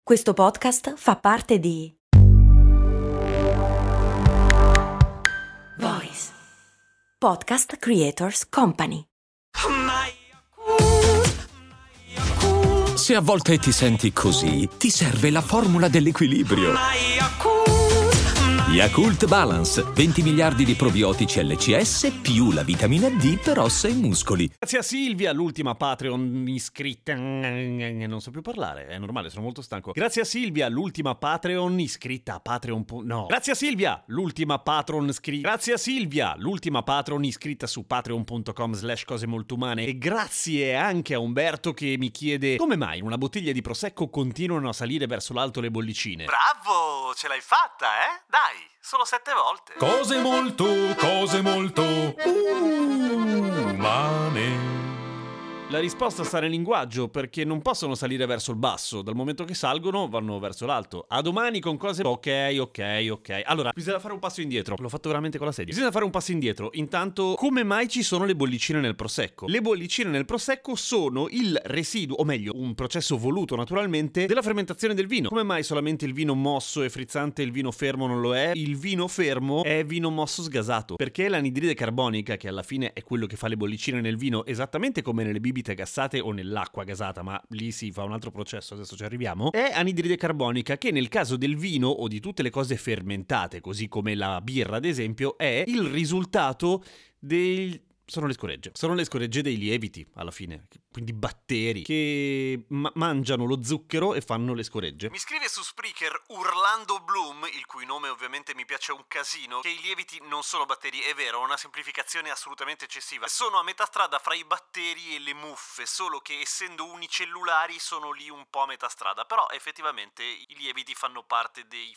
Questo podcast fa parte di Voice Podcast Creators Company. Se a volte ti senti così, ti serve la formula dell'equilibrio. Yakult Balance, 20 miliardi di probiotici LCS più la vitamina D per ossa e muscoli. Grazie a Silvia, l'ultima Patreon iscritta. Non so più parlare, è normale, sono molto stanco. Grazie a Silvia, l'ultima Patreon iscritta a Patreon. No. Grazie a Silvia, l'ultima patron iscritta. Grazie a Silvia, l'ultima patron iscritta su patreon.com/cosemoltoumane. E grazie anche a Umberto che mi chiede come mai in una bottiglia di prosecco continuano a salire verso l'alto le bollicine. Bravo, ce l'hai fatta, eh? Dai, solo 7 volte. Cose molto umane. La risposta sta nel linguaggio, perché non possono salire verso il basso. Dal momento che salgono, vanno verso l'alto. A domani con cose... Ok. Allora, bisogna fare un passo indietro. L'ho fatto veramente con la sedia. Bisogna fare un passo indietro. Intanto, come mai ci sono le bollicine nel prosecco? Le bollicine nel prosecco sono il residuo, o meglio, un processo voluto naturalmente, della fermentazione del vino. Come mai solamente il vino mosso e frizzante e il vino fermo non lo è? Il vino fermo è vino mosso sgasato. Perché l'anidride carbonica, che alla fine è quello che fa le bollicine nel vino, esattamente come nelle bibite gassate o nell'acqua gasata, ma lì si fa un altro processo, adesso ci arriviamo, è anidride carbonica che nel caso del vino o di tutte le cose fermentate, così come la birra ad esempio, è il risultato sono le scoregge dei lieviti, alla fine, quindi batteri che mangiano lo zucchero e fanno le scoregge. Mi scrive su Spreaker Orlando Bloom, il cui nome ovviamente mi piace un casino, che i lieviti non sono batteri. È vero, una semplificazione assolutamente eccessiva. Sono a metà strada fra i batteri e le muffe, solo che essendo unicellulari sono lì un po' a metà strada. Però effettivamente i lieviti fanno parte dei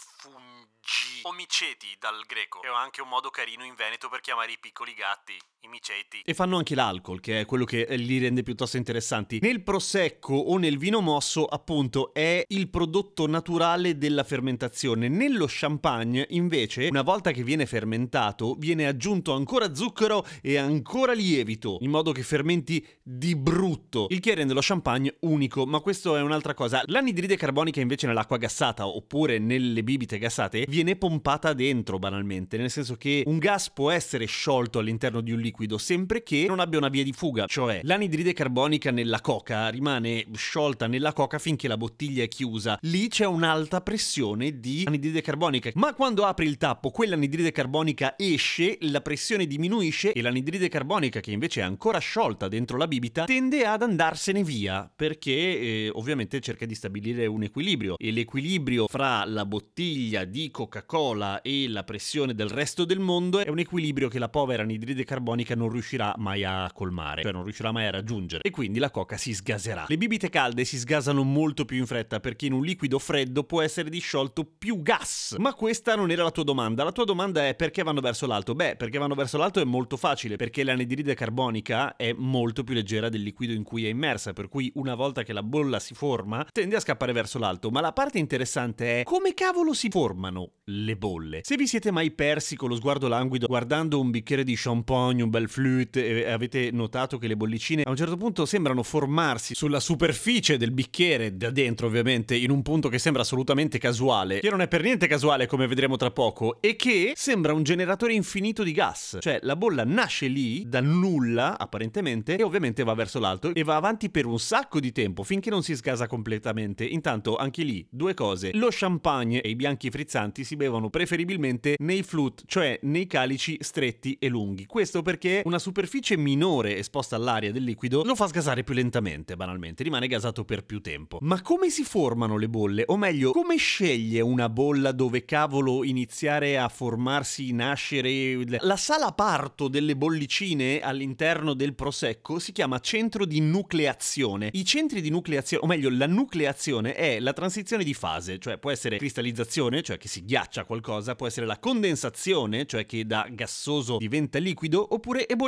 fungi, o miceti dal greco, che è anche un modo carino in Veneto per chiamare i piccoli gatti, i miceti. E fanno anche l'alcol, che è quello che li rende piuttosto interessanti. Nel prosecco o nel vino mosso, appunto, è il prodotto naturale della fermentazione. Nello champagne, invece, una volta che viene fermentato, viene aggiunto ancora zucchero e ancora lievito, in modo che fermenti di brutto, il che rende lo champagne unico. Ma questo è un'altra cosa. L'anidride carbonica invece nell'acqua gassata, oppure nelle bibite gassate, viene pompata dentro banalmente, nel senso che un gas può essere sciolto all'interno di un liquido sempre che non abbia una via di fuga, cioè l'anidride carbonica nella coca rimane sciolta nella coca finché la bottiglia è chiusa. Lì c'è un'alta pressione di anidride carbonica, ma quando apri il tappo quell'anidride carbonica esce, la pressione diminuisce e l'anidride carbonica, che invece è ancora sciolta dentro la bibita, tende ad andarsene via, perché ovviamente cerca di stabilire un equilibrio, e l'equilibrio fra la bottiglia di Coca-Cola e la pressione del resto del mondo è un equilibrio che la povera anidride carbonica non riuscirà mai a colmare, cioè non riuscirà mai a raggiungere, e quindi la coca si sgaserà. Le bibite calde si sgasano molto più in fretta perché in un liquido freddo può essere disciolto più gas. Ma questa non era la tua domanda. La tua domanda è perché vanno verso l'alto? Beh, perché vanno verso l'alto è molto facile, perché l'anidride carbonica è molto più leggera del liquido in cui è immersa, per cui una volta che la bolla si forma tende a scappare verso l'alto. Ma la parte interessante è come cavolo si formano le bolle. Se vi siete mai persi con lo sguardo languido guardando un bicchiere di champagne, un bel flute, e avete notato che le bollicine a un certo punto sembrano formarsi sulla superficie del bicchiere, da dentro ovviamente, in un punto che sembra assolutamente casuale, che non è per niente casuale come vedremo tra poco, e che sembra un generatore infinito di gas. Cioè la bolla nasce lì da nulla apparentemente e ovviamente va verso l'alto e va avanti per un sacco di tempo finché non si sgasa completamente. Intanto anche lì due cose: lo champagne e i bianchi frizzanti si bevono preferibilmente nei flute, cioè nei calici stretti e lunghi. Questo perché una superficie minore esposta all'aria del liquido lo fa sgasare più lentamente, banalmente, rimane gasato per più tempo. Ma come si formano le bolle? O meglio, come sceglie una bolla dove cavolo iniziare a formarsi, nascere? La sala parto delle bollicine all'interno del prosecco si chiama centro di nucleazione. I centri di nucleazione, o meglio, la nucleazione è la transizione di fase, cioè può essere cristallizzazione, cioè che si ghiaccia qualcosa, può essere la condensazione, cioè che da gassoso diventa liquido, oppure ebollizione,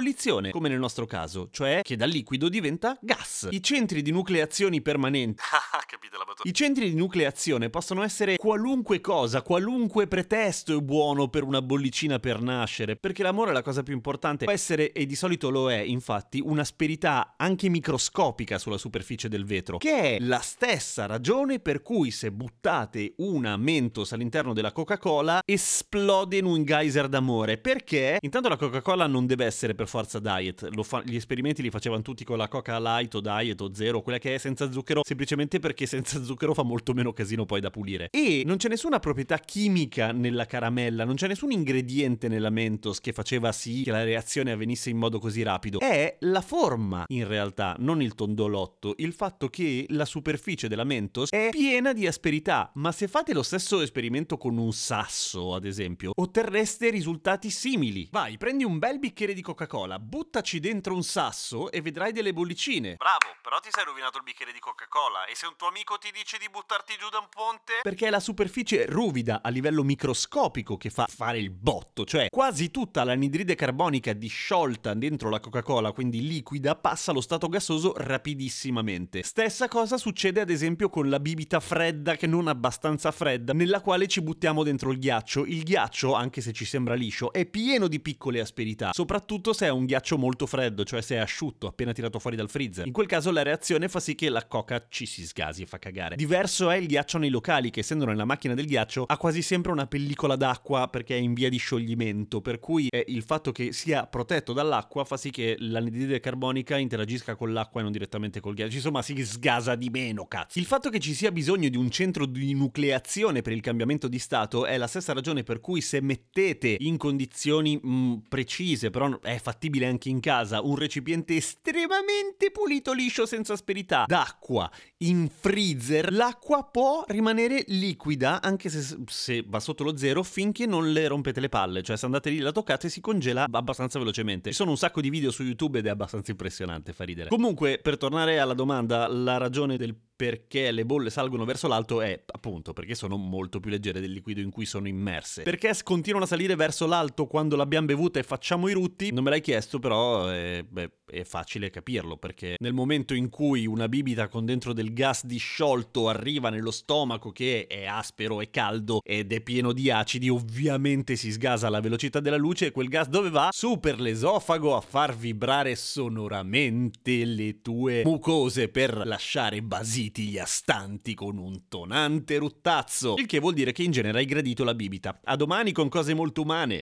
ebollizione, come nel nostro caso, cioè che dal liquido diventa gas. I centri di nucleazione permanenti. Capite la battuta? I centri di nucleazione possono essere qualunque cosa, qualunque pretesto è buono per una bollicina per nascere, perché l'amore è la cosa più importante. Può essere, e di solito lo è, infatti, un'asperità anche microscopica sulla superficie del vetro, che è la stessa ragione per cui se buttate una Mentos all'interno della Coca-Cola esplode in un geyser d'amore. Perché? Intanto la Coca-Cola non deve essere per forza diet, gli esperimenti li facevano tutti con la Coca Light o diet o zero, quella che è senza zucchero, semplicemente perché senza zucchero fa molto meno casino poi da pulire. E non c'è nessuna proprietà chimica nella caramella, non c'è nessun ingrediente nella Mentos che faceva sì che la reazione avvenisse in modo così rapido. È la forma, in realtà, non il tondolotto, il fatto che la superficie della Mentos è piena di asperità. Ma se fate lo stesso esperimento con un sasso, ad esempio, otterreste risultati simili. Vai, prendi un bel bicchiere di Coca-Cola, buttaci dentro un sasso e vedrai delle bollicine. Bravo, però ti sei rovinato il bicchiere di Coca-Cola. E se un tuo amico ti dice di buttarti giù da un ponte? Perché è la superficie ruvida a livello microscopico che fa fare il botto, cioè quasi tutta l'anidride carbonica disciolta dentro la Coca-Cola, quindi liquida, passa allo stato gassoso rapidissimamente. Stessa cosa succede ad esempio con la bibita fredda che non abbastanza fredda, nella quale ci buttiamo dentro il ghiaccio. Il ghiaccio, anche se ci sembra liscio, è pieno di piccole asperità, soprattutto se è un ghiaccio molto freddo, cioè se è asciutto, appena tirato fuori dal freezer. In quel caso la reazione fa sì che la Coca ci si sgasi e fa cagare. Diverso è il ghiaccio nei locali, che essendo nella macchina del ghiaccio ha quasi sempre una pellicola d'acqua perché è in via di scioglimento, per cui il fatto che sia protetto dall'acqua fa sì che l'anidride carbonica interagisca con l'acqua e non direttamente col ghiaccio, insomma si sgasa di meno, cazzo. Il fatto che ci sia bisogno di un centro di nucleazione per il cambiamento di stato è la stessa ragione per cui se mettete in condizioni precise, però è fattibile anche in casa, un recipiente estremamente pulito, liscio, senza asperità, d'acqua in freezer, l'acqua può rimanere liquida anche se va sotto lo zero finché non le rompete le palle, cioè se andate lì la toccate si congela abbastanza velocemente. Ci sono un sacco di video su YouTube ed è abbastanza impressionante, fa ridere. Comunque, per tornare alla domanda, la ragione del perché le bolle salgono verso l'alto è appunto perché sono molto più leggere del liquido in cui sono immerse. Perché continuano a salire verso l'alto quando l'abbiamo bevuta e facciamo i rutti? Non me l'hai chiesto, però è facile capirlo, perché nel momento in cui una bibita con dentro del gas disciolto arriva nello stomaco che è aspero e caldo ed è pieno di acidi, ovviamente si sgasa alla velocità della luce e quel gas dove va? Su per l'esofago a far vibrare sonoramente le tue mucose per lasciare basiti gli astanti con un tonante ruttazzo, il che vuol dire che in genere hai gradito la bibita. A domani con cose molto umane.